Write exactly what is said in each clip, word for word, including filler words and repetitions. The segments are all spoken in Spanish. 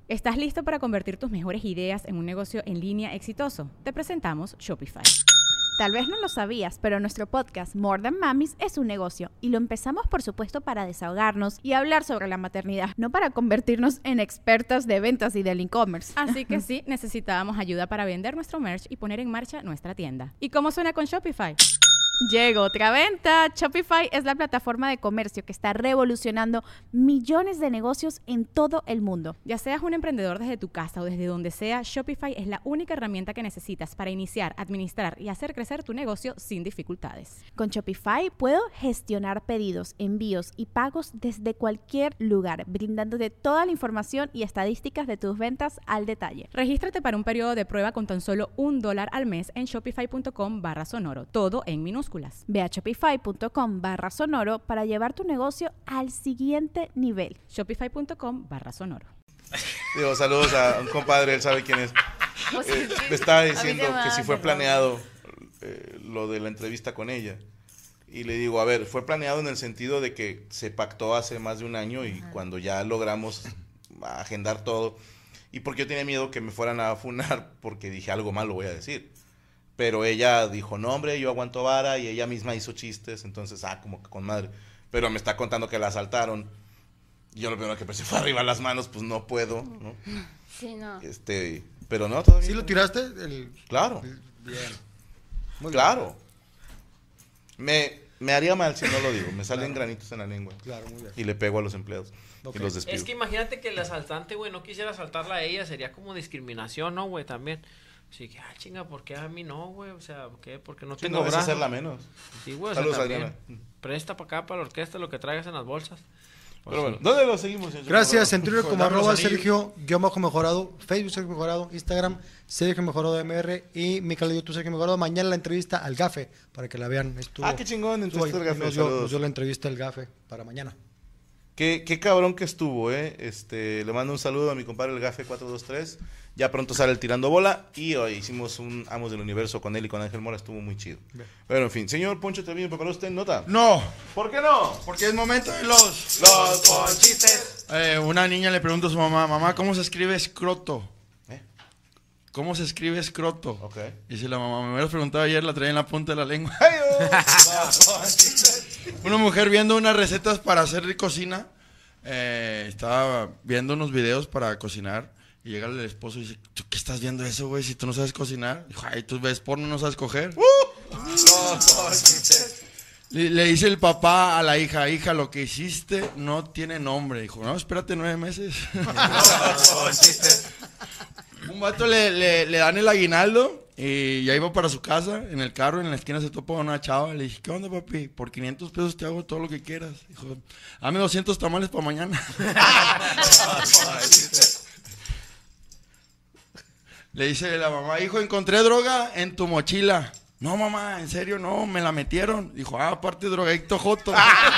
¿Estás listo para convertir tus mejores ideas en un negocio en línea exitoso? Te presentamos Shopify. Tal vez no lo sabías, pero nuestro podcast More Than Mamis es un negocio y lo empezamos por supuesto para desahogarnos y hablar sobre la maternidad, no para convertirnos en expertas de ventas y del e-commerce. Así que sí, necesitábamos ayuda para vender nuestro merch y poner en marcha nuestra tienda. ¿Y cómo suena con Shopify? Llegó otra venta. Shopify es la plataforma de comercio que está revolucionando millones de negocios en todo el mundo. Ya seas un emprendedor desde tu casa o desde donde sea, Shopify es la única herramienta que necesitas para iniciar, administrar y hacer crecer tu negocio sin dificultades. Con Shopify puedo gestionar pedidos, envíos y pagos desde cualquier lugar, brindándote toda la información y estadísticas de tus ventas al detalle. Regístrate para un periodo de prueba con tan solo un dólar al mes en shopify.com barra sonoro, todo en minúsculas. Ve a shopify.com barra sonoro para llevar tu negocio al siguiente nivel. Shopify.com barra sonoro. Digo, saludos a un compadre, él sabe quién es. Eh, me estaba diciendo que si fue planeado eh, lo de la entrevista con ella. Y le digo, a ver, fue planeado en el sentido de que se pactó hace más de un año y Ajá. cuando ya logramos agendar todo. Y porque yo tenía miedo que me fueran a funar porque dije algo malo voy a decir. Pero ella dijo, no hombre, yo aguanto vara, y ella misma hizo chistes, entonces, ah, como que con madre. Pero me está contando que la asaltaron. Y yo lo primero que pensé fue arriba las manos, pues no puedo, ¿no? Sí, no. Este, pero no, todavía. ¿Sí lo tiraste? El, claro. El, bien. Muy claro. Bien. Me, me haría mal si no lo digo, me salen claro. granitos en la lengua. Claro, muy bien. Y le pego a los empleados. Okay. Y los despido. Es que imagínate que el asaltante, güey, no quisiera asaltarla a ella, sería como discriminación, ¿no, güey? También. Sí, que, ah, chinga, ¿por qué a mí no, güey? O sea, ¿por qué? Porque no sí, tengo no brazo. hacerla menos. Sí, güey, o Saludos, sea, también. Adriana. Presta para acá, para la orquesta, lo que traigas en las bolsas. Pues Pero bueno, ¿dónde lo seguimos? Gracias, en Twitter como arroba Sergio, guión bajo mejorado, Facebook Sergio Mejorado, Instagram Sergio Mejorado M R y mi canal de YouTube Sergio Mejorado. Mañana la entrevista al Gafe, para que la vean. Estuvo, ah, qué chingón, entrevista al Gafe. Nos dio, nos dio la entrevista al Gafe para mañana. Qué, qué cabrón que estuvo, eh. Este, le mando un saludo a mi compadre el Gafe cuatro dos tres. Ya pronto sale el Tirando Bola. Y hoy hicimos un Amos del Universo con él y con Ángel Mora. Estuvo muy chido. Bien. Pero en fin, señor Poncho Treviño, ¿preparó usted nota? No. ¿Por qué no? Porque es momento de los... Los ponchistes. Eh, una niña le pregunta a su mamá, mamá, ¿cómo se escribe escroto? ¿Eh? ¿Cómo se escribe escroto? Ok. Dice la mamá, me hubieras preguntado ayer, la traía en la punta de la lengua. Hey, oh. Una mujer viendo unas recetas para hacer cocina. Eh, estaba viendo unos videos para cocinar y llega el esposo y dice, ¿tú qué estás viendo eso, güey? Si tú no sabes cocinar. Dijo, ay, tú ves porno, no sabes coger. Uh. le, le dice el papá a la hija, hija, lo que hiciste no tiene nombre. Dijo, no, espérate nueve meses. Un vato le, le, le dan el aguinaldo y ya iba para su casa, en el carro, en la esquina se topa una chava. Le dije, ¿qué onda, papi? Por quinientos pesos te hago todo lo que quieras. Dijo, dame doscientos tamales para mañana. Le dice la mamá, hijo, encontré droga en tu mochila. No, mamá, en serio, no, me la metieron. Dijo, ah, aparte drogadicto joto.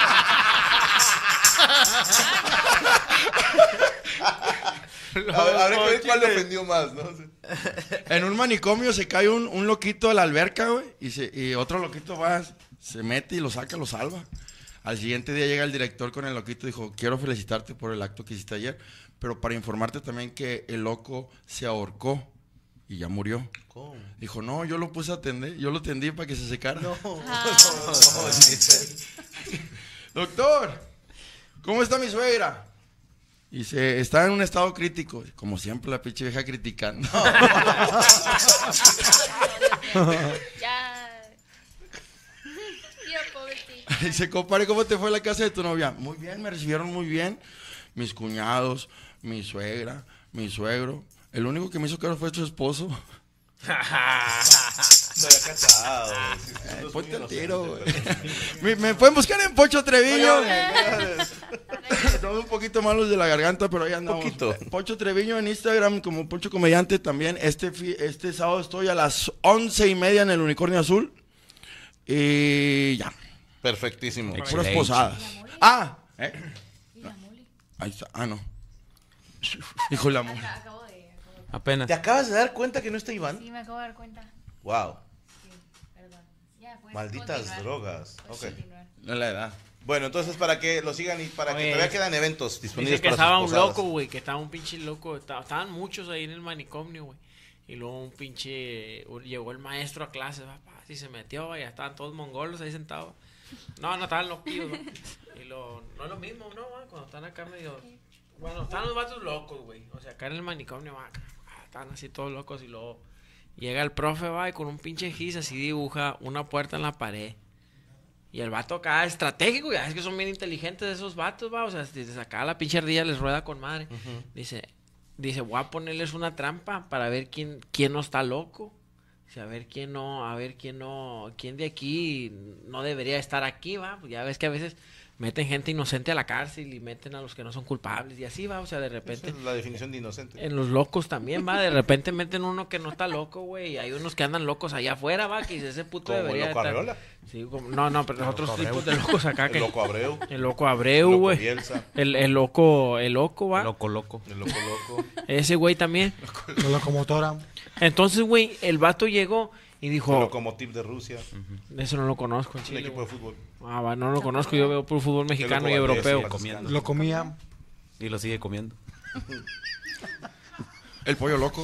Habrá que ver cuál le ofendió más, ¿no? En un manicomio se cae un, un loquito a la alberca, güey, y, se, y otro loquito va, se mete y lo saca, lo salva. Al siguiente día llega el director con el loquito y dijo, quiero felicitarte por el acto que hiciste ayer, pero para informarte también que el loco se ahorcó y ya murió. ¿Cómo? Dijo, no, yo lo puse a atender, yo lo tendí para que se secara. No. Ah. Doctor, ¿cómo está mi suegra? Y se está en un estado crítico, como siempre la pinche vieja criticando. Ya. Yo, pobrecita. Dice, compadre, ¿cómo te fue la casa de tu novia? Muy bien, me recibieron muy bien. Mis cuñados, mi suegra, mi suegro. El único que me hizo caro fue su esposo. No había cachado. Sí, sí, eh, los ponte el míos, tiro, no güey. sé. me, me pueden buscar en Poncho Treviño. No, Estamos un poquito malos de la garganta, pero ahí andamos. Poquito. Poncho Treviño en Instagram como Poncho Comediante también. Este, fi- este sábado estoy a las once y media en el Unicornio Azul. Y ya. Perfectísimo. Puras posadas. Ah, ¿eh? Ahí está. Ah, no. Hijo de la mole. Acabo de, acabo de... Apenas. ¿Te acabas de dar cuenta que no está Iván? Sí, me acabo de dar cuenta. Wow. Sí, perdón. Ya, pues, Malditas continuar. drogas. Puedes Ok. continuar. No es la edad. Bueno, entonces para que lo sigan y para Oye, que todavía quedan eventos disponibles Dice que para estaba sus un posadas. loco, güey, que estaba un pinche loco. Estaba- estaban muchos ahí en el manicomio, güey. Y luego un pinche. Llegó el maestro a clases, papá. Y se metió, güey. Ya estaban todos mongolos ahí sentados. No, no estaban loquillos, ¿no? Y lo, no es lo mismo, ¿no? güey? Cuando están acá medio. Bueno, están los vatos locos, güey. O sea, acá en el manicomio, va, están así todos locos. Y luego llega el profe, va, y con un pinche gis así dibuja una puerta en la pared. Y el vato acá estratégico, ya es que son bien inteligentes esos vatos, va. O sea, desde acá la pinche ardilla les rueda con madre. Ujú. Dice, dice, voy a ponerles una trampa para ver quién, quién no está loco. Dice, a ver quién no, a ver quién no, quién de aquí no debería estar aquí, va. Pues ya ves que a veces meten gente inocente a la cárcel y meten a los que no son culpables y así va. O sea, de repente. Esa es la definición de inocente. En los locos también, va. De repente meten uno que no está loco, güey. Y hay unos que andan locos allá afuera, va. Que dice, ese puto Como el debería loco estar. Arreola. Sí, como, no, no, pero los otros loco tipos Abreu. de locos acá. El que, loco Abreu. el loco El Abreu, loco güey. Bielsa. El, el loco, el loco, va. Loco, loco. El loco loco. Ese güey también. La locomotora. Entonces, güey, el vato llegó y El dijo, locomotiv de Rusia. eso no lo conozco en Un Chile, equipo güey. de fútbol. Ah, va, no lo conozco, yo veo por fútbol mexicano y loco Valdés, europeo. sí, Comiendo. Lo comía. Y lo sigue comiendo. El pollo loco.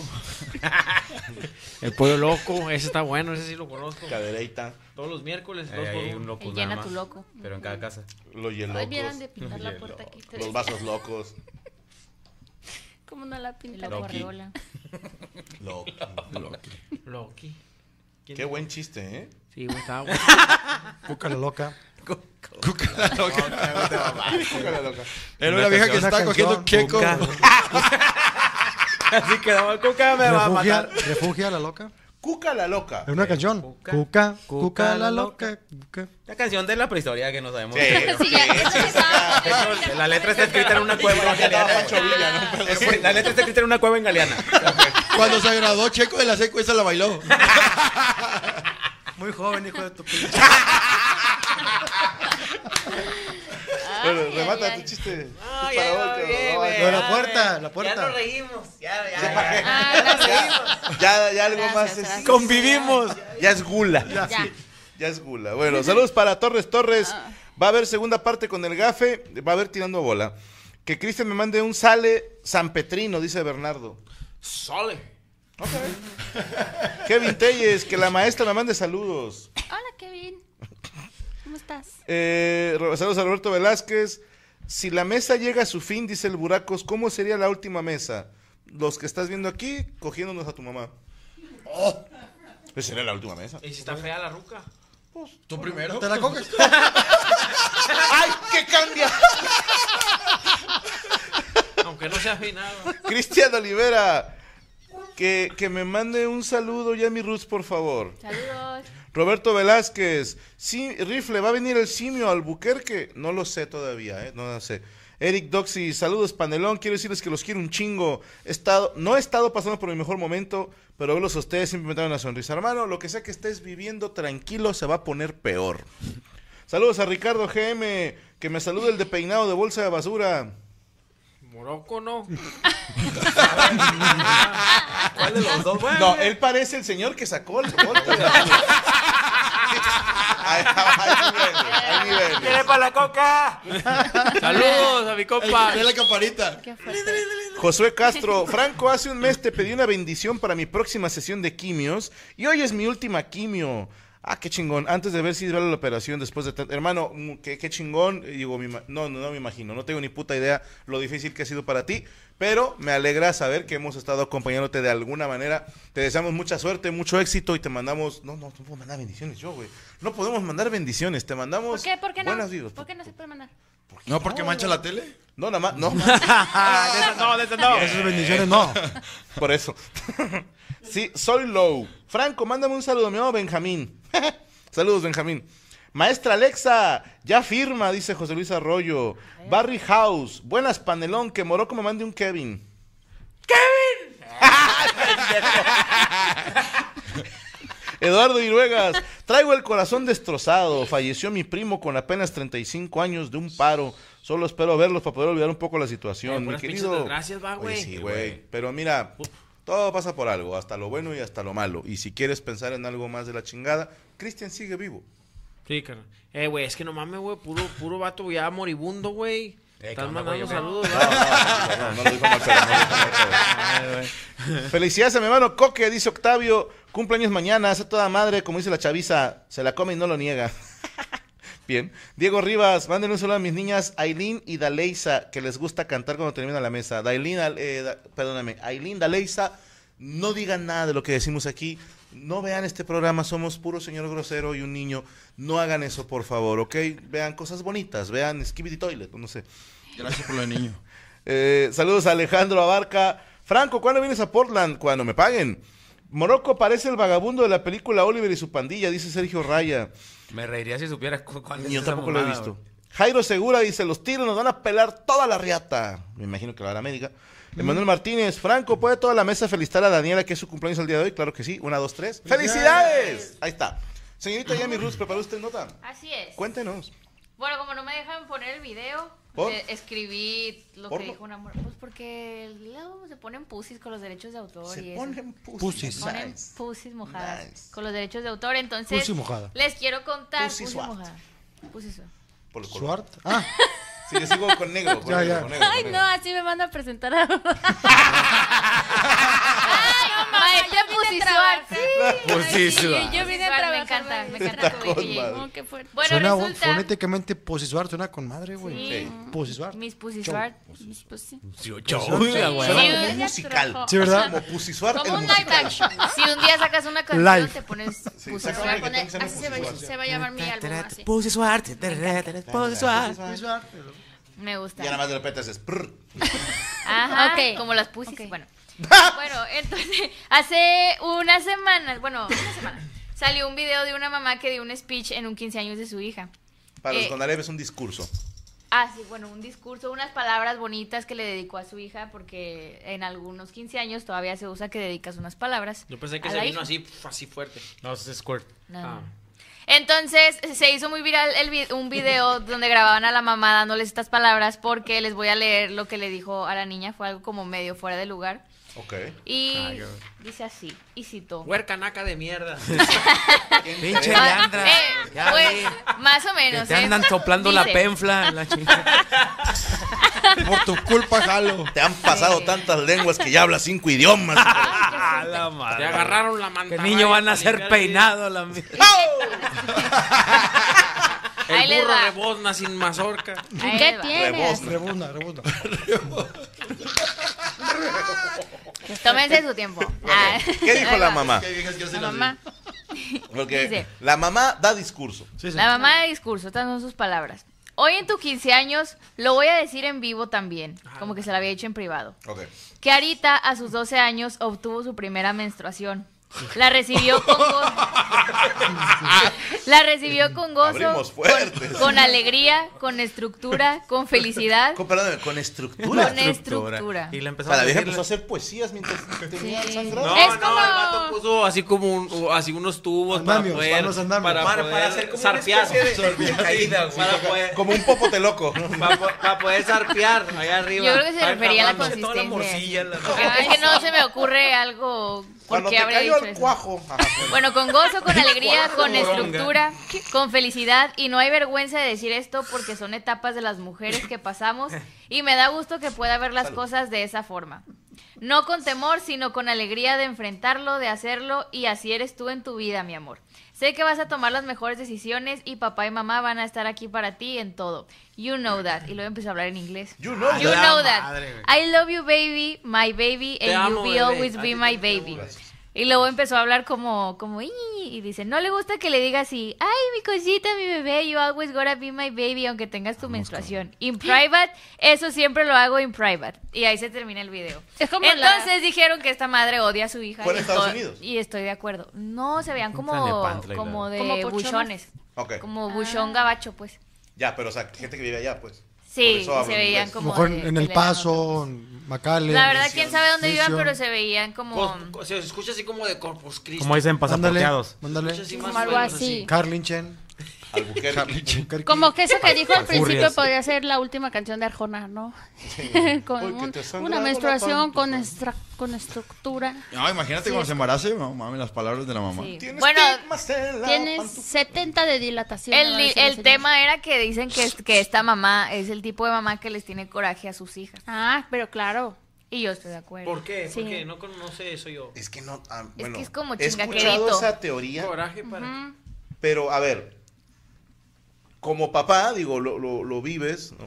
El pollo loco, ese está bueno, ese sí lo conozco. Cadereita. Todos los miércoles, Ahí dos por hay uno. un loco El nada llena más, tu loco. pero en cada casa. Los Hoy hielocos. vieran de pintar la puerta aquí. Los vasos locos. ¿Cómo no la pinta El la Loki. Arreola? Loco. Loki. ¿Quién Qué dijo? buen chiste, ¿eh? Sí, güey, estaba bueno. Cuca la loca. Cuca la loca. Cuca la loca. Era una vieja que Una estaba canción, cogiendo checo. Cuca. Así quedaba, Cuca me va a Refugia, matar. refugia la loca. Cuca la loca. Es una canción. Cuca, Cuca, Cuca Cuca la la loca. Cuca. La canción de la prehistoria que no sabemos. Sí, qué sí, Sí, ya, sí, sí, sabe. De hecho, la letra está escrita en una cueva en Estaba Galeana. Pancho Villa, ¿no? Pero Eh, sí. La letra está escrita en una cueva en Galeana. Cuando se graduó Checo de la seco, esa la bailó. Muy joven, hijo de tu pinche. Bueno, Ay, remata ay, tu ay. chiste. Ah, Para ya hoy, va que- bien, no, güey. Lo de la Ah, puerta, güey. la puerta. Ya nos reímos. Ya, ya, Ya. ya. Ah, gracias. Ya, ya algo Gracias, más es, gracias. Convivimos. ya es gula. Ya. Ya es gula. Bueno, saludos para Torres Torres. Va a haber segunda parte con el gafe. Va a haber tirando bola. Que Cristian me mande un sale San Petrino, dice Bernardo. Sole. Kevin Telles, que la maestra me mande saludos. Hola, Kevin. ¿Cómo estás? Eh, saludos a Roberto Velázquez. Si la mesa llega a su fin, dice el Buracos, ¿cómo sería la última mesa? Los que estás viendo aquí, cogiéndonos a tu mamá. Oh, esa sería la última mesa. ¿Y si está fea la ruca? ¿Tú primero? ¿Te la coges? ¡Ay, qué cambia! Aunque no sea afinado. Cristian Olivera, que, que me mande un saludo ya mi Roots, por favor. Saludos. Roberto Velázquez, sí, Rifle, ¿va a venir el simio a Albuquerque? No lo sé todavía, ¿eh? No lo sé. Eric Doxy, saludos Panelón, quiero decirles que los quiero un chingo. He estado, no he estado pasando por mi mejor momento, pero verlos a ustedes siempre me dan una sonrisa. Hermano, lo que sea que estés viviendo, tranquilo, se va a poner peor. Saludos a Ricardo G M, que me salude el de peinado de bolsa de basura. Morocco, ¿no? ¿Cuál de los dos? Bueno, No, él parece el señor que sacó el bote de basura. Hay, hay niveles, hay niveles. ¡Quiere para la coca! Saludos a mi compa. Ve la campanita. Qué fuerte. Josué Castro, Franco, hace un mes te pedí una bendición para mi próxima sesión de quimios y hoy es mi última quimio. Ah, qué chingón. Antes de ver si vale la operación después de... tanto- Hermano, mm, qué, qué chingón. Digo, mi ma- no, no, no me imagino. No tengo ni puta idea lo difícil que ha sido para ti. Pero me alegra saber que hemos estado acompañándote de alguna manera. Te deseamos mucha suerte, mucho éxito y te mandamos... No, no, no puedo mandar bendiciones yo, güey. No podemos mandar bendiciones. Te mandamos... ¿Por qué? ¿Por qué no? buenas vibras. ¿Por qué no se puede mandar? No, porque mancha la tele. No, nada más... No, Ah, de esas no, de esas no. Esas bendiciones no. por eso. Sí, soy low. Franco, mándame un saludo, mi amigo Benjamín. Saludos, Benjamín. Maestra Alexa, ya firma, dice José Luis Arroyo. Barry House, buenas Panelón, que Morocco me mande un Kevin. ¡Kevin! Eduardo Iruegas, traigo el corazón destrozado. Falleció mi primo con apenas treinta y cinco años de un paro. Solo espero verlos para poder olvidar un poco la situación. Eh, mi puras pinches querido. desgracias, va, güey. Oye, sí, güey. Pero mira, todo pasa por algo, hasta lo bueno y hasta lo malo. Y si quieres pensar en algo más de la chingada, Cristian sigue vivo. Sí, carnal. Eh, güey, es que no mames, güey, puro, puro vato ya moribundo, güey. Eh, Estás ¿qué onda, mandando güey? saludos, No, no, no, no, no lo dijo mal pedo, no lo dijo mal pedo. Felicidades a mi hermano Coque, dice Octavio. Cumpleaños mañana, hace toda madre, como dice la chaviza. Se la come y no lo niega. Bien. Diego Rivas, mándenle un saludo a mis niñas Aileen y Daleisa, que les gusta cantar cuando termina la mesa. Dailin, eh, da, perdóname, Aileen, Daleisa, no digan nada de lo que decimos aquí. No vean este programa, somos puro señor grosero y un niño. No hagan eso, por favor, ¿ok? Vean cosas bonitas, vean Skibidi Toilet, no sé. Gracias por lo de niño. Eh, saludos a Alejandro Abarca. Franco, ¿cuándo vienes a Portland? Cuando me paguen. Morocco parece el vagabundo de la película Oliver y su pandilla, dice Sergio Raya. Me reiría si supieras cu- cuál es Yo esa tampoco lo he mamada, visto. güey. Jairo Segura dice, los tiros nos van a pelar toda la riata. Me imagino que la hará médica. Emanuel Martínez, Franco, ¿puede toda la mesa felicitar a Daniela que es su cumpleaños el día de hoy? Claro que sí. Una, dos, tres. ¡Felicidades! Ahí está. Señorita Yami Ruz, ¿preparó usted nota? Así es. Cuéntenos. Bueno, como no me dejan poner el video, ¿Por? eh, escribí lo ¿Por que qué? dijo una morra. Pues porque luego se ponen pusis con los derechos de autor y Se eso. ponen pusis. Pusis. Se ponen Nice. pusis mojadas Nice. con los derechos de autor. Entonces, Pussy mojada. les quiero contar. Pussy Pussy swat. mojada. Pussy swat. Por el color. Suart. Ah, Sí, yo sigo con negro. Con Ya, negro, ya. con negro, con Ay, negro. no, así me manda a presentar a... Ay, maestra Pussy Swat. Pussy Ay, swat. Yo vine a trabajar. Me encanta, me encanta Está tu con D J. madre. Oh, qué fuerte. Bueno, suena resulta... fonéticamente Pussy Suart, suena con madre, güey. Sí. Pussy Suart. Mis Pussy Show. Swat. Mis Pussy. Yo, yo, Sí, güey, Suena güey. como Sí, un ya musical. trajo. Sí, ¿verdad? Como Pussy Suart, Como el un live musical. action. Si un día sacas una canción, Live. te pones Sí, Pussy saca Swat. una que Así tenga se va, Pussy Swat. se va a llamar mi álbum así. Pussy Swart, Pussy Swart. Pussy Suart. Me gusta. Ya nada más de repente haces prr. Ajá, Ok. como las pussies. Ok. Bueno. Bueno, entonces, hace unas semanas, bueno, una semana, salió un video de una mamá que dio un speech en un quince años de su hija. Para los Eh, Conalep es un discurso. Ah, sí, bueno, un discurso, unas palabras bonitas que le dedicó a su hija, porque en algunos quince años todavía se usa que dedicas unas palabras. Yo pensé que a se la vino hija. así, pf, así fuerte. No, ese es Squirt. No. Ah. Entonces se hizo muy viral el vi- un video donde grababan a la mamá dándoles estas palabras, porque les voy a leer lo que le dijo a la niña, fue algo como medio fuera de lugar. Ok. Y Ay, qué- dice así, y citó. Huercanaca de mierda. Pinche Ah, Leandra. eh, Ya pues, vi. más o Que menos. te ¿eh? andan soplando la Dice, penfla. La chingada. Por tu culpa, jalo. Te han pasado Sí. tantas lenguas que ya hablas cinco idiomas. A la Te madre. agarraron la Que manta. el niño van a ser peinado. La mierda. Ahí El les burro va. rebozna sin mazorca. ahí ¿Qué les va. tienes? Rebunda, rebunda. Tómense su tiempo. Ah. ¿Qué dijo Ahí la va. mamá? La mamá. Porque Dice. la mamá da discurso. Sí, sí. La mamá de discurso, estas son sus palabras. Hoy en tu quince años lo voy a decir en vivo también, como que se lo había dicho en privado. Ok. Que Arita a sus doce años obtuvo su primera menstruación. La recibió con gozo. La recibió con gozo, Abrimos fuertes. con, con alegría, con estructura, con felicidad, Con, perdóname, con estructura. con estructura. Y le empezó O sea, a la vieja decirle- empezó a hacer poesías mientras tenía el sangrado. No, Es no, como- el vato puso así como un, así unos tubos Andamios, para para poder, los andamios. para, Para- poder para hacer como una zarpear. especie de- de caída, güey. Para poder, Como un popote loco. para, po- para poder zarpear allá arriba. Yo creo que se Ay, refería a la cabrón, Toda la consistencia. morcilla. la- Es que no se me ocurre algo. ¿Por Cuando qué te habría cayó dicho el eso? cuajo. Ajá, bueno. Bueno, con gozo, con alegría, con Moronga. estructura, con felicidad. Y no hay vergüenza de decir esto porque son etapas de las mujeres que pasamos. Y me da gusto que pueda ver las cosas de esa forma. No con temor, sino con alegría de enfrentarlo, de hacerlo. Y así eres tú en tu vida, mi amor. Sé que vas a tomar las mejores decisiones y papá y mamá van a estar aquí para ti en todo. You know that. Y luego empezó a hablar en inglés. You know You that. know la that. madre, güey. I love you, baby, my baby, Te and amo, you will bebé. always A be ti my también te baby. amo. Y luego empezó a hablar como, como, "Ii", y dice, no le gusta que le diga así, ay, mi cosita, mi bebé, you always gotta be my baby, aunque tengas tu menstruación. In private, eso siempre lo hago in private. Y ahí se termina el video. Es como Entonces la- dijeron que esta madre odia a su hija. ¿Fue en y Estados esto- Unidos? Y estoy de acuerdo. No, se veían como, Tlanepantla y como la- de ¿Como pochones? buchones. Ok. Como buchón gabacho, pues. Ya, pero o sea, gente que vive allá, pues. Sí, Por eso hablo se veían inglés. A lo como mejor de- en de El la- Paso, en McAllen. La verdad, quién sabe dónde vivan, Mission. pero se veían como... Cos- Se escucha así como de Corpus Christi. Como dicen, Mándale, pasaporteados. mándale. Escucha así más Como o algo menos así. Carlinchen. Albuquerque. Albuquerque. Como que eso que dijo al Alfurrias. principio podría ser la última canción de Arjona, ¿no? Con Uy, que un- te ha sangrado una la menstruación panza. con, estra- con estructura. No, imagínate cuando se embarace, no mames, las palabras de la mamá. Sí. Tienes Bueno, estigmas en la Tienes pantu- setenta de dilatación. El, ¿no? li- Dice la el señora. tema era que dicen que, es- que esta mamá es el tipo de mamá que les tiene coraje a sus hijas. Ah, pero claro. Y yo estoy de acuerdo. ¿Por qué? Sí. Porque no, con- no sé eso yo. Es que no, ah, Es bueno, que es como he escuchado chingaquerito. esa teoría, Coraje para. pero a ver, como papá, digo, lo, lo, lo vives, ¿no?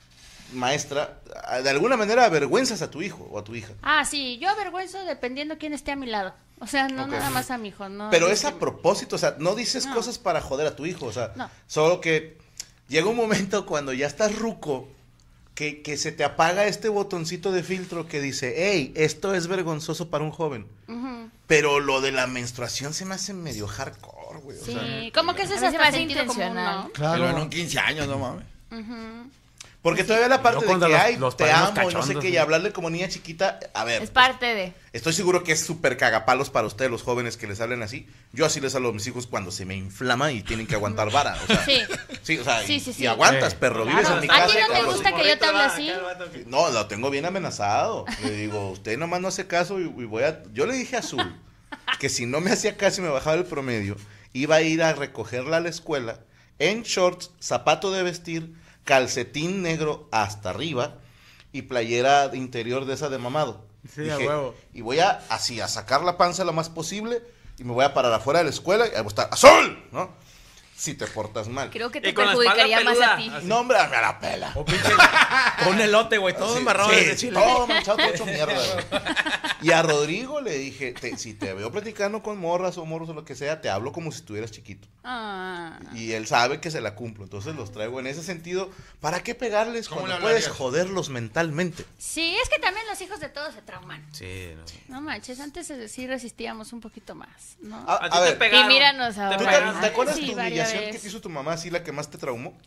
Maestra, de alguna manera avergüenzas a tu hijo o a tu hija. Ah, sí, yo avergüenzo dependiendo quién esté a mi lado. O sea, no Ok. nada más a mi hijo, no. Pero no es a sé. propósito, o sea, no dices No. cosas para joder a tu hijo, o sea, No. solo que llega un momento cuando ya estás ruco que, que se te apaga este botoncito de filtro que dice, hey, esto es vergonzoso para un joven. Ujú. Pero lo de la menstruación se me hace medio hardcore, güey. O Sí, sea, como que eso A es mí se me hasta hace sentido común, intencional. ¿no? Pero en Claro. un quince años, no mames. Ujú. porque todavía la parte de cuando que, los- ay, los te padrinos amo, y no sé cachondos, qué, y sí. hablarle como niña chiquita, a ver, Es parte de. estoy seguro que es súper cagapalos para ustedes, los jóvenes que les hablen así. Yo así les hablo a mis hijos cuando se me inflama y tienen que aguantar vara. O sea, Sí. sí, o sea, y, Sí, sí, y sí. aguantas, Eh, perro, claro. vives en mi ¿A casa. ti no y te todo. gusta que yo te hable así? No, lo tengo bien amenazado. Le digo, usted nomás no hace caso y, y voy a... Yo le dije a Azul que si no me hacía caso y me bajaba el promedio, iba a ir a recogerla a la escuela en shorts, zapato de vestir, calcetín negro hasta arriba y playera de interior de esa de mamado. Sí, a huevo. Y voy a así, a sacar la panza lo más posible y me voy a parar afuera de la escuela y ahí voy a estar, ¡Azul! ¿No? Si te portas mal. Creo que Y te con la perjudicaría espalda más a peluda. ti. No, hombre, me la pela. O pinche. Con elote, güey. Todo Sí, embarrado sí, de sí, chile. todo manchado, todo hecho mierda, güey. Y a Rodrigo le dije, te- si te veo platicando con morras o morros o lo que sea, te hablo como si estuvieras chiquito. Ah. Y él sabe que se la cumplo, entonces los traigo en ese sentido. ¿Para qué pegarles ¿Cómo cuando le puedes hablarías? joderlos mentalmente? Sí, es que también los hijos de todos se trauman. Sí, no. No manches, antes eh, sí resistíamos un poquito más, ¿no? A, A a ti te ver, pegaron. Y míranos ¿tú ahora. te, pegaron. te acuerdas Sí, tu varias humillación que veces. te hizo tu mamá, así la que más te traumó?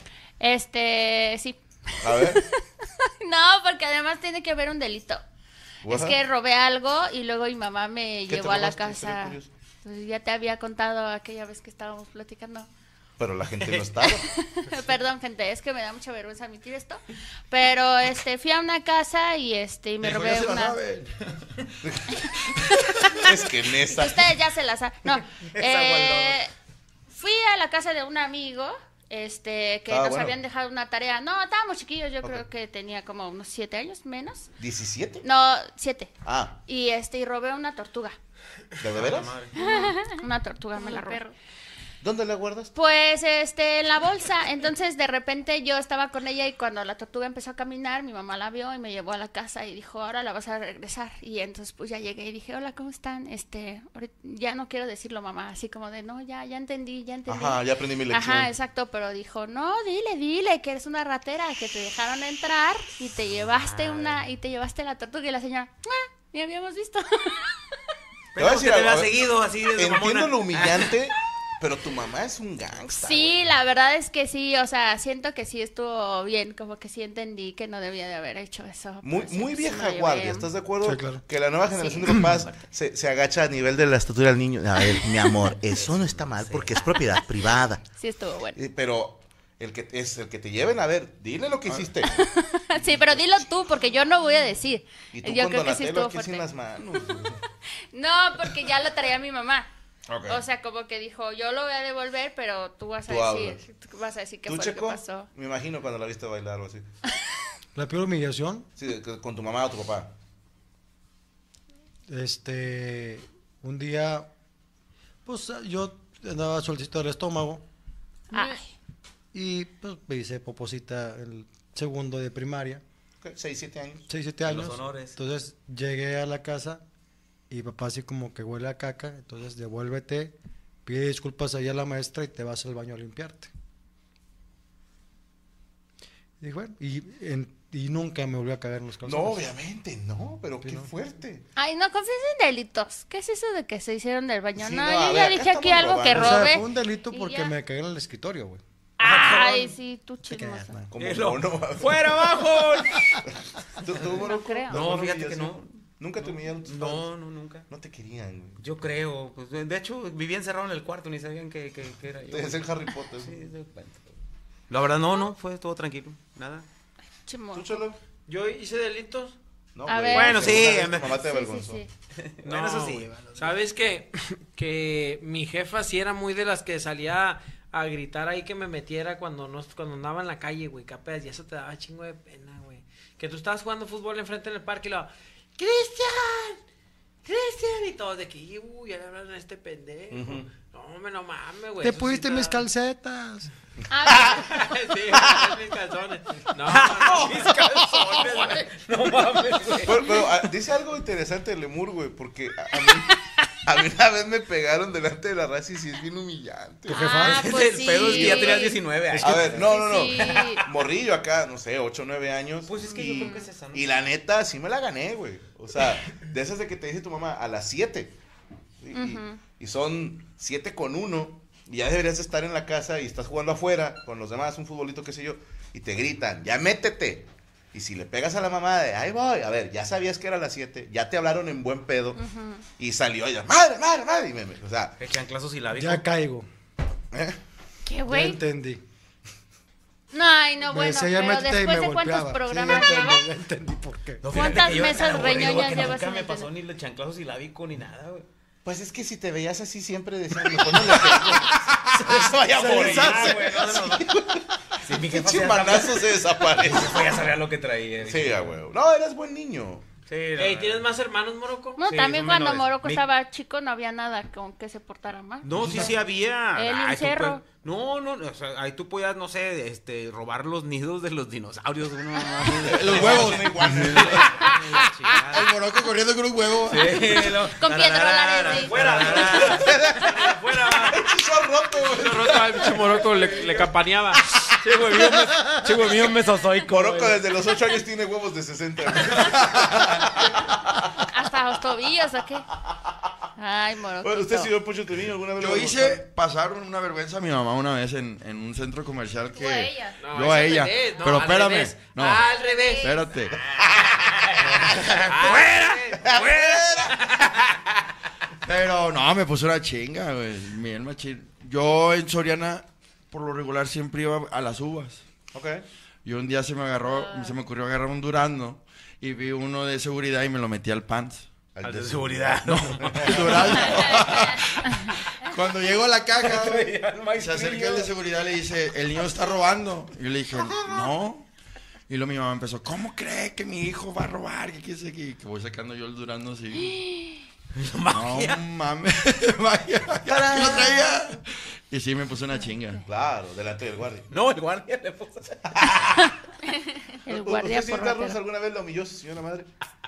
Este, sí. A ver. No, porque además tiene que ver un delito. Es Ajá. que robé algo y luego mi mamá me ¿Qué te llevó a la robaste? Sería casa. curioso. Pues ya te había contado aquella vez que estábamos platicando. Pero la gente no estaba. Perdón, gente, es que me da mucha vergüenza admitir esto. Pero este fui a una casa y este y me Dijo, robé "Ya se la una. saben". Es que en esa... Ustedes ya se las saben. No. Esa eh, fui a la casa de un amigo. Este, que Ah, nos bueno. habían dejado una tarea. No, estábamos chiquillos, yo Ok. creo que tenía como unos siete años menos. ¿diecisiete? No, siete. Ah, Y este, y robé una tortuga. ¿de, de veras? Una tortuga me la robé. ¿Dónde la guardas? Pues este, en la bolsa. Entonces de repente yo estaba con ella y cuando la tortuga empezó a caminar, mi mamá la vio y me llevó a la casa y dijo, ahora la vas a regresar. Y entonces pues ya llegué y dije, hola, ¿cómo están? Este, ahorita- ya no quiero decirlo, mamá, así como de, no, ya, ya entendí, ya entendí. Ajá, ya aprendí mi lección. Ajá, exacto, pero dijo, no, dile, dile que eres una ratera, que te dejaron entrar y te llevaste una, y te llevaste la tortuga y la señora, ah, ni habíamos visto. Te voy a Pero que decir te algo, vea a ver, seguido así de Entiendo mamona. lo humillante, pero tu mamá es un gangsta. Sí, la verdad es que sí, o sea, siento que sí estuvo bien, como que sí entendí que no debía de haber hecho eso. Muy, pero sí, muy pues, sí vieja me llevé. guardia, ¿estás de acuerdo? Sí, claro. Que la nueva generación Sí. de papás se, se agacha a nivel de la estatura del niño. A ver, mi amor, eso no está mal porque es propiedad privada. Sí estuvo bueno. Eh, Pero el que es el que te lleven a ver, dile lo que hiciste. Sí, pero dilo tú, porque yo no voy a decir. Y tú Yo con creo que sí Donatello estuvo aquí fuerte. sin las manos. No, porque ya lo traía mi mamá. Ok. O sea, como que dijo, yo lo voy a devolver, pero tú vas a Tú decir, tú vas a decir qué ¿Tú, fue lo que Checo? pasó. Me imagino cuando la viste bailar o así. La peor humillación, Sí, de- que- con tu mamá o tu papá. este, un día, pues yo andaba sueltito del estómago Ay, y pues me hice poposita el segundo de primaria, Ok, seis, siete años. seis, siete De años. los honores. Entonces llegué a la casa y papá así como que huele a caca, entonces devuélvete, pide disculpas ahí a la maestra y te vas al baño a limpiarte. Y dije, bueno, y, en- y nunca me volvió a cagar en los No, calzones. obviamente, no, pero qué no. fuerte. Ay, no confiesen delitos. ¿Qué es eso de que se hicieron del baño? Sí, no, no, yo a ya ver, acá dije aquí estamos algo que O robando. sea, robé. fue un delito y porque ya. me cagué en el escritorio, güey. Ay, sí, tú Te creas, chismoso. Como Y lo- mono. ¡Fuera abajo! ¿Tú, tú, No Morocco? creo. No, ¿Alguna fíjate que humillación? no. ¿Nunca te humillaron tus padres? No, no, nunca. No te querían, güey. Yo creo. Pues, de hecho, vivía encerrado en el cuarto, ni sabían que, que, que era yo. Te hacen Harry Potter. Sí, de cuenta. La verdad, no, no, fue todo tranquilo. Nada. Chimo. ¿Tú, Cholo? Yo hice delitos. No, A güey. ver. Bueno, sí, Segunda vez tu me- mamá te Sí, sí, avergonzó. sí. Bueno, eso sí. güey. ¿Sabes qué? Que mi jefa sí era muy de las que salía a gritar ahí que me metiera cuando no cuando andaba en la calle, güey, capaz, y eso te daba chingo de pena, güey. Que tú estabas jugando fútbol enfrente en el parque y lo, ¡Cristian! ¡Cristian! Y todos de que, uy, ya le hablan a este pendejo. Ujú. No, me no mames, güey. Te eso sí pusiste mis da- calcetas. Ah, Sí, güey, mis calzones. No, no, mis calzones, güey. No mames, güey. Pero, pero, ah, dice algo interesante el Lemur, güey, porque a, a mí, a mí una vez me pegaron delante de la raza y sí es bien humillante. ¿Tu güey. jefa? Ah, pues el pedo es que ya sí. tenías diecinueve años. A ver, no, no, no. Sí. Morrillo acá, no sé, ocho, nueve años. Pues es que yo creo que es esa, ¿no? Y la neta, sí me la gané, güey. O sea, de esas de que te dice tu mamá a las siete. Y, y- Ujú. y son siete con uno. Y ya deberías estar en la casa y estás jugando afuera con los demás, un futbolito, qué sé yo. Y te gritan, ya métete. Y si le pegas a la mamá de, ahí voy, a ver, ya sabías que era las siete, ya te hablaron en buen pedo. Ujú. Y salió ella, madre, madre, madre. Y me, me- o sea, Que chanclazos y la Ya caigo. ¿eh? ¿Qué, Ya güey? entendí. No, ay, no, Me bueno, decía, ya pero métete y después me de cuántos golpeaba. programas Sí, ya llevas. entendí, ya entendí por qué. No, fíjate ¿Cuántas que yo mesas tan aburrido reñoñas que llevas Nunca sin me entender? pasó ni los chanclazos y la bico ni nada, güey. Pues es que si te veías así siempre decían, mejor no le pego. Se vaya a morir. Ah, güey, no, no, no. Sí, mi jefa Pinche sí manazo se Mi desaparece. jefa ya sabía lo que traía. Sí, a huevo. No, eres buen niño. Sí, no, Ey, no. ¿tienes más hermanos, Morocco? No, Sí, también son cuando menores. Morocco Mi- estaba chico no había nada con que se portara mal. No, sí, sí había. El Ay, tú encerro. puedes- No, no, o sea, ahí tú podías, no sé, este, robar los nidos de los dinosaurios. Uno, Los huevos. El El Morocco corriendo con un huevo. Con piedrolares, sí. ¡Fuera! ¡Fuera! Chicho roto, güey. Ay, pinche Morocco le, le campaneaba. Che, güey, mío, me- che, güey, mío, mesozoico. Morocco güey. desde los ocho años tiene huevos de sesenta. Hasta los tobillos, ¿o qué? Ay, Morocco. Bueno, ¿usted señor Pocho Treviño alguna vez Yo lo hice pasar una vergüenza a mi mamá una vez en, en un centro comercial que... Tú a ella. No, Yo a es al ella. revés. No, Pero al espérame. revés. No. Al revés. Espérate. ¡Fuera! ¡Fuera! Pero no, me puso una chinga, güey. Bien machín. Yo en Soriana, por lo regular, siempre iba a las uvas. Ok. Y un día se me agarró, se me ocurrió agarrar un durazno y vi uno de seguridad y me lo metí al pants. Al de seguridad. No, el durazno. Cuando llego a la caja, se acerca el de seguridad y le dice, el niño está robando. Y yo le dije, no. Y luego mi mamá empezó, ¿cómo cree que mi hijo va a robar? ¿Qué quiere decir? Que voy sacando yo el durazno así. No mames, magia, ¿qué lo traía? Y sí, me puso una chinga. Claro, delante del guardia. No, el guardia le puso. El guardia ¿Usted, señor por Carlos, ratero. alguna vez lo humilló su señora madre?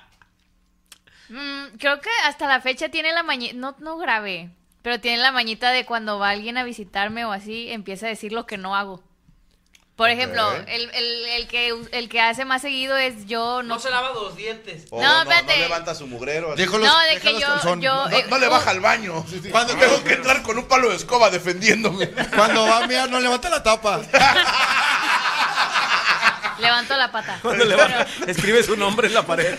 Mm, creo que hasta la fecha tiene la mañita, no, no grave, pero tiene la mañita de cuando va alguien a visitarme o así, empieza a decir lo que no hago. Por Ok. ejemplo, el, el, el, que, el que hace más seguido es yo, no, No se lava los dientes. O No, no, espérate. no levanta su mugrero. así. Dejo los, No, de deja que los yo- calzones. yo- No, eh, no le uh. baja al baño. Cuando Tengo que entrar con un palo de escoba defendiéndome. Cuando va a mirar, no levanta la tapa. levanto la pata. Cuando le va, escribe su nombre en la pared.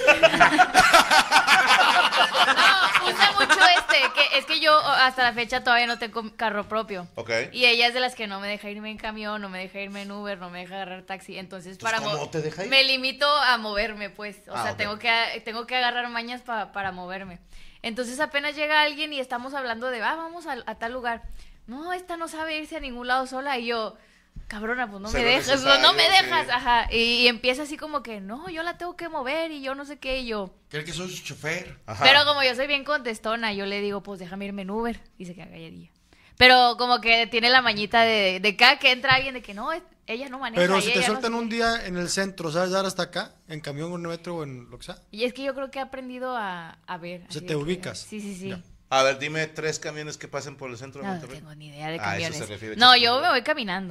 No, usa mucho este, que es que yo hasta la fecha todavía no tengo carro propio. Ok. Y ella es de las que no me deja irme en camión, no me deja irme en Uber, no me deja agarrar taxi. Entonces, para ¿cómo mo- te deja ir? me limito a moverme, pues. O Ah, sea, ok. tengo que tengo que agarrar mañas pa- para moverme. Entonces, apenas llega alguien y estamos hablando de, ah, vamos a, a tal lugar. No, esta no sabe irse a ningún lado sola. Y yo, cabrona, pues no Sé me lo dejas, no, no me necesario, dejas. sí. Ajá. Y, y empieza así como que, no, yo la tengo que mover y yo no sé qué. Y yo, Cree que soy su chofer. Ajá. pero como yo soy bien contestona, yo le digo, pues déjame irme en Uber. Y se queda calladilla. Pero como que tiene la mañita de, de cada que entra alguien de que no, es- ella no maneja. Pero y si te ella no sueltan sé un qué". día en el centro, ¿sabes dar hasta acá? En camión, en metro o en lo que sea. Y es que yo creo que he aprendido a, a ver. O sea, así te de que- ubicas. Sí, sí, sí. Ya. A ver, dime tres camiones que pasen por el centro de No, no Monterrey. tengo ni idea de Ah, eso camiones. se refiere, no, chico. yo me voy caminando.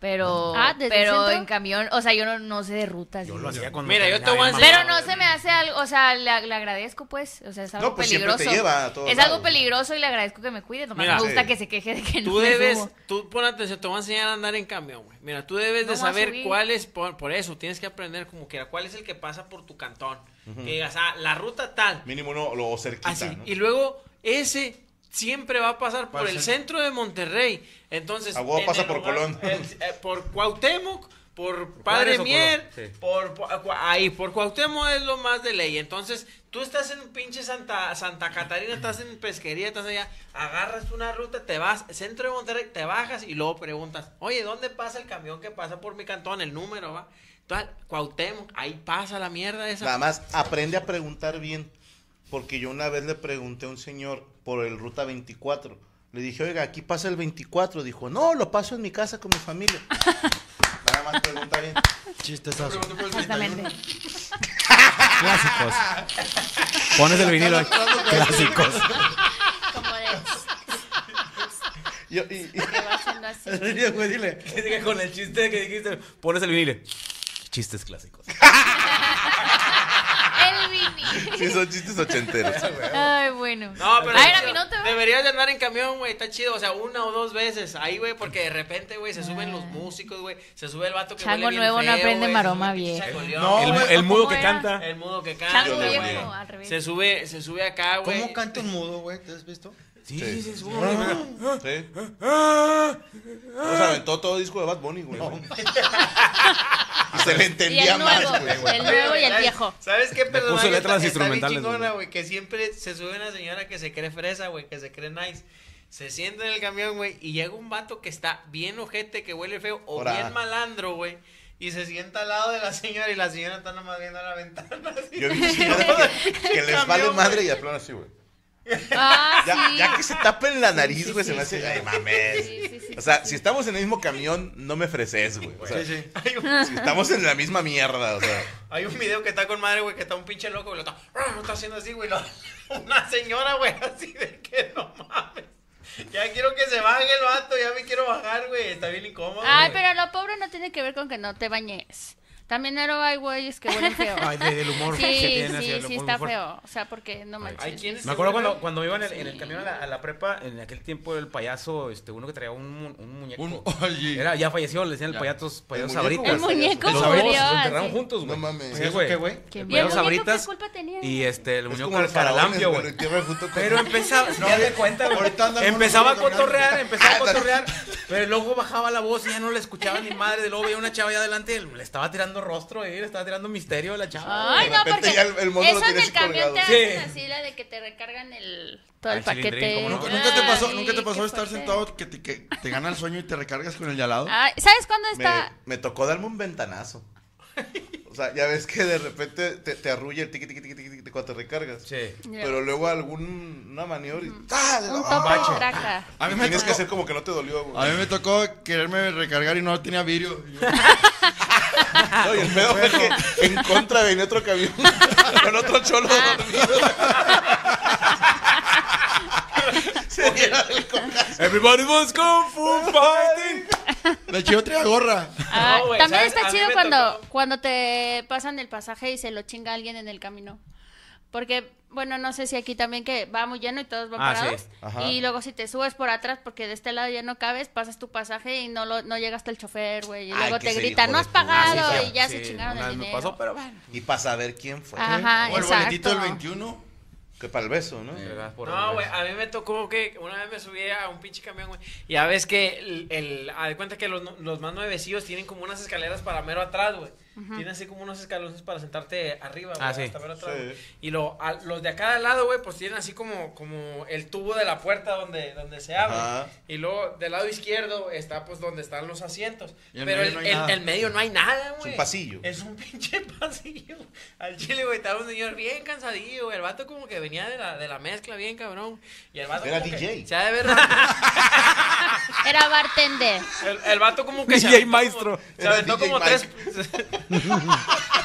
Pero, Ah, ¿desde pero el centro? en camión, o sea, yo no, no sé de rutas. Yo y- lo hacía cuando Mira, yo te caminaba voy a en enseñar- Pero no se me hace algo, o sea, le, le agradezco pues, o sea, es algo No, pues siempre peligroso. te lleva a todos es lados. algo peligroso y le agradezco que me cuide, nomás Mira, me gusta sí. que se queje de que no Tú me debes, subo. tú pon atención, te voy a enseñar a andar en camión, güey. Mira, tú debes No de voy a saber subir. cuál es, por, por eso, tienes que aprender como que cuál es el que pasa por tu cantón. Que digas, ah, la ruta tal. Mínimo uno lo cerquita, Así, ¿no? y luego ese siempre va a pasar por Para el el centro de Monterrey. Entonces, A huevo en pasa el por lugar- Colón. el- eh, por Cuauhtémoc, por Padre Juárez o Mier, Colón, sí. por, por- ahí, por Cuauhtémoc es lo más de ley. Entonces, tú estás en pinche Santa, Santa Catarina, estás en pesquería, estás allá, agarras una ruta, te vas, centro de Monterrey, te bajas y luego preguntas, oye, ¿dónde pasa el camión que pasa por mi cantón? El número, va. Entonces, Cuauhtémoc, ahí pasa la mierda esa. Nada más aprende a preguntar bien. Porque yo una vez le pregunté a un señor por el ruta veinticuatro. Le dije, oiga, aquí pasa el veinticuatro. Dijo, no, lo paso en mi casa con mi familia. Nada más pregunta bien. Chistesazo. Exactamente. Clásicos. Pones el vinilo ahí. Clásicos. Como de Yo, y, y- que va haciendo así. Güey, dile. Que con el chiste que dijiste, pones el vinilo. Chistes clásicos. El Vini. sí, son chistes ochenteros. Ay, bueno. No, pero a ver, está a mí chido. no te va. Deberías de andar en camión, güey, está chido, o sea, una o dos veces ahí, güey, porque de repente, güey, se suben los músicos, güey, se sube el vato que Chango huele bien nuevo no feo, aprende güey, maroma se sube el viejo. pinche changoleón. No, El, güey, el mudo ¿cómo que era? canta. El mudo que canta, Chango Yo viejo, también. al revés. se sube, se sube acá, güey. ¿Cómo canta un mudo, güey? ¿Te has visto? Sí, Sí. sí, sí, sube. Sí. O sea, aventó todo disco de Bad Bunny, güey. Y se le Y entendía el nuevo, más, güey. el nuevo y el ¿Sabes- viejo. ¿Sabes qué personaje puso letras está, está bien instrumentales, chingona, güey. güey? Que siempre se sube una señora que se cree fresa, güey, que se cree nice. Se sienta en el camión, güey, y llega un vato que está bien ojete, que huele feo, o Ora. bien malandro, güey. Y se sienta al lado de la señora y la señora está nomás viendo a la ventana. Así. Yo vi señoras que, que les vale Camión, madre güey. y a plano así, güey. Ah, Ya, sí. ya que se tapen la nariz, sí, güey, sí, se me hace. Ay, mames. Sí, sí, sí, O sea, sí. si estamos en el mismo camión, no me freses, güey. O sea, Sí, sí. Hay un, si estamos en la misma mierda, o sea. hay un video que está con madre, güey, que está un pinche loco, güey, lo está, lo está haciendo así, güey. lo- Una señora, güey, así de que no mames. Ya quiero que se baje el vato, ya me quiero bajar, güey. Está bien incómodo. Ay, güey. pero lo pobre no tiene que ver con que no te bañes. También pero hay güeyes que huelen feo. Ay, de- del humor Sí, que tienen así, sí, el sí humor está muy fuerte. feo. O sea, porque no manches. Hay quienes Me acuerdo se vuelven- cuando, cuando iba en el, en el camión a la, a la prepa, en aquel tiempo el payaso, este, uno que traía un, mu- un muñeco. Un- oye. Era, ya falleció, le decían el Ya. payasos, payasos ¿El muñeco, sabritas. El muñeco Los murió sabritas, así. los enterraron juntos, güey. No mames. Sí, ¿Eso güey. qué, güey? El ¿Y el payaso muñeco qué sabritas. culpa tenía? Y este, el Es muñeco como con los caralampio, faraones, güey. tierra junto con- Pero empezaba, no No, me cuenta, güey. ahorita andan Empezaba a unos caminando. cotorrear, empezaba a cotorrear, pero luego bajaba la voz y ya no le escuchaba ni madre. De luego veía una chava allá adelante, le estaba tirando rostro, eh, le estaba tirando misterio a la chava. Ay, De no, repente porque ya el- el mono lo eso en tienes el camión te colgado. hacen Sí. así, la de que te recargan el todo Ah, el el cilindrín, paquete. ¿cómo no? ¿Nunca, nunca te pasó, Ay, nunca te pasó qué estar fuerte. sentado que te, que te gana el sueño y te recargas con el de al lado? Ay, ¿sabes cuándo Me, está? me tocó darme un ventanazo. O sea, ya ves que de repente te, te arrulla el tiqui, tiqui, tiqui, tiqui, tiqui cuando te recargas. Sí. Pero luego alguna maniobra y ¡ah! Un ¡Ah! tope de traca. A mí me Tienes tocó, que hacer como que no te dolió, a güey. mí me tocó quererme recargar y no tenía vidrio. No, y el pedo fue que en contra venía otro camión con otro cholo Ah. dormido. Se diera el cocazo. Everybody wants kung fu fighting. Le eché otra gorra. Ah, No, güey, también ¿sabes? está A mí chido me cuando, tocó- cuando te pasan el pasaje y se lo chinga alguien en el camino. Porque, bueno, no sé si aquí también que va muy lleno y todos van Ah, parados. sí. Ajá. Y luego si te subes por atrás porque de este lado ya no cabes, pasas tu pasaje y no lo, no llega hasta el chofer, güey. Y Ay, luego que te ese gritan, hijo no de has tu- pagado Ah, sí, y ya Sí, se chingaron una el vez me dinero. pasó, pero bueno. Y para saber quién fue. Ajá, O el exacto. boletito del veintiuno. Que para el beso, ¿no? Gracias por No, el- güey, a mí me tocó que una vez me subí a un pinche camión, güey. Y a veces que el, el haz de cuenta que los, los más nuevecillos tienen como unas escaleras para mero atrás, güey. Tienen así como unos escalones para sentarte arriba, güey, Ah, sí. hasta mero atrás. Sí. güey. Y lo, a- los de acá al lado, güey, pues tienen así como, como el tubo de la puerta donde, donde se abre. Ajá. Y luego del lado izquierdo está pues donde están los asientos. Y en Pero medio el, no hay el- nada. el medio no hay nada, Es güey. un pasillo. Es un pinche pasillo. Al chile, güey, estaba un señor bien cansadillo, güey. El vato como que venía de la, de la mezcla bien cabrón. Y el vato Era como que D J. se ha de ver. Era bartender. El, el vato como que se D J aventó maestro. como- Se aventó Era como D J tres.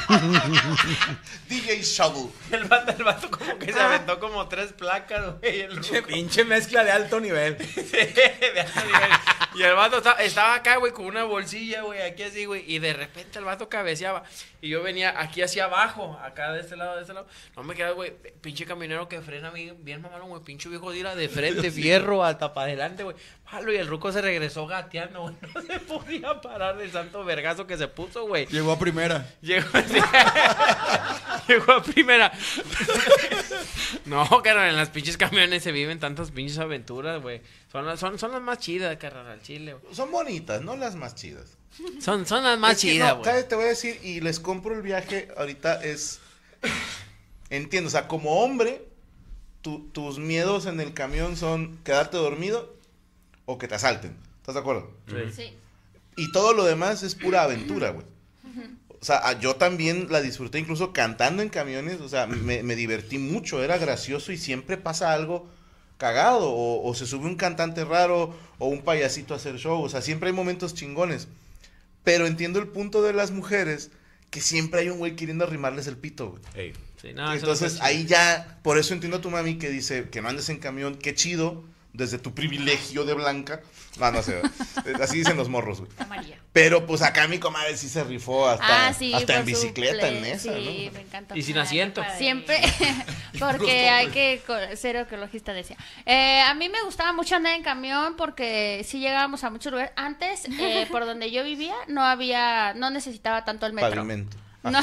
D J Shovel. El vato, el vato como que se aventó como tres placas, güey. El Pinche, pinche mezcla de alto nivel. Sí, de alto nivel. Y el vato estaba, estaba acá, güey, con una bolsilla, güey, aquí así, güey. Y de repente el vato cabeceaba. Y yo venía aquí hacia abajo, acá de este lado, de este lado. No me quedaba, güey, pinche camionero que frena bien, bien mamalo, güey. Pinche viejo de ir de frente, fierro, hasta para adelante, güey. Malo, y el ruco se regresó gateando, güey. No se podía parar del santo vergazo que se puso, güey. Llegó a primera. Llegó, sí. Llegó a primera. No, carnal, en las pinches camiones se viven tantas pinches aventuras, güey. Son, las- son, son las más chidas, carnal, al chile, güey. Son bonitas, no las más chidas. Son, son las más Es que chidas, no, güey. ¿sabes? Te voy a decir, y les compro el viaje ahorita es... Entiendo, o sea, como hombre, tu- tus miedos en el camión son quedarte dormido o que te asalten. ¿Estás de acuerdo? Sí. Y todo lo demás es pura aventura, güey. O sea, yo también la disfruté incluso cantando en camiones, o sea, me, me divertí mucho, era gracioso y siempre pasa algo cagado, o, o se sube un cantante raro, o un payasito a hacer show, o sea, siempre hay momentos chingones. Pero entiendo el punto de las mujeres, que siempre hay un güey queriendo arrimarles el pito, güey. Ey. Sí, no, eso Entonces, no está ahí ya, por eso entiendo a tu mami que dice que no andes en camión, qué chido, desde tu privilegio de blanca. No, no sé, así dicen los morros, güey. María. Pero pues acá mi comadre sí se rifó hasta, Ah, sí, hasta en por su bicicleta ple- en esa, sí, ¿no? me encanta. Y sin Ay, asiento. qué padre. Siempre, porque hay que co- ser ecologista, decía. Eh, a mí me gustaba mucho andar en camión porque sí llegábamos a muchos lugares. Antes, eh, por donde yo vivía, no había, no necesitaba tanto el metro. Pavimento. No.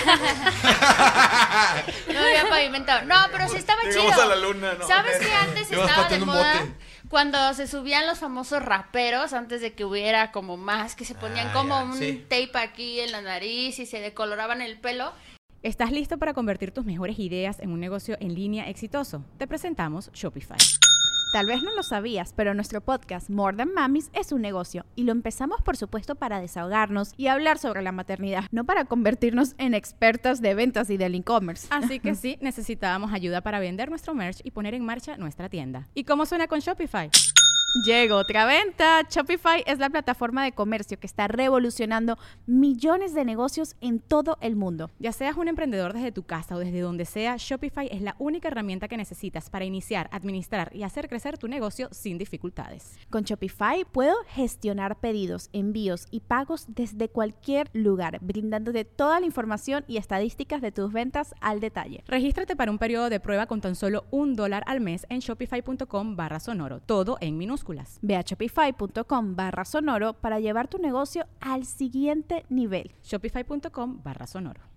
No había pavimentado. No, pero sí estaba Llegamos chido. a la luna, ¿no? ¿Sabes qué antes Ibas estaba de pateando un moda? bote. Cuando se subían los famosos raperos, antes de que hubiera como más, que se ponían Ah, como ya, un sí. tape aquí en la nariz y se decoloraban el pelo. ¿Estás listo para convertir tus mejores ideas en un negocio en línea exitoso? Te presentamos Shopify. Tal vez no lo sabías, pero nuestro podcast More Than Mamis es un negocio y lo empezamos por supuesto para desahogarnos y hablar sobre la maternidad, no para convertirnos en expertas de ventas y del e-commerce. Así que sí, necesitábamos ayuda para vender nuestro merch y poner en marcha nuestra tienda. ¿Y cómo suena con Shopify? Llegó otra venta. Shopify es la plataforma de comercio que está revolucionando millones de negocios en todo el mundo. Ya seas un emprendedor desde tu casa o desde donde sea, Shopify es la única herramienta que necesitas para iniciar, administrar y hacer crecer tu negocio sin dificultades. Con Shopify puedo gestionar pedidos, envíos y pagos desde cualquier lugar, brindándote toda la información y estadísticas de tus ventas al detalle. Regístrate para un periodo de prueba con tan solo un dólar al mes en shopify.com barra sonoro, todo en minúsculas. Ve a shopify.com barra sonoro para llevar tu negocio al siguiente nivel. Shopify.com barra sonoro.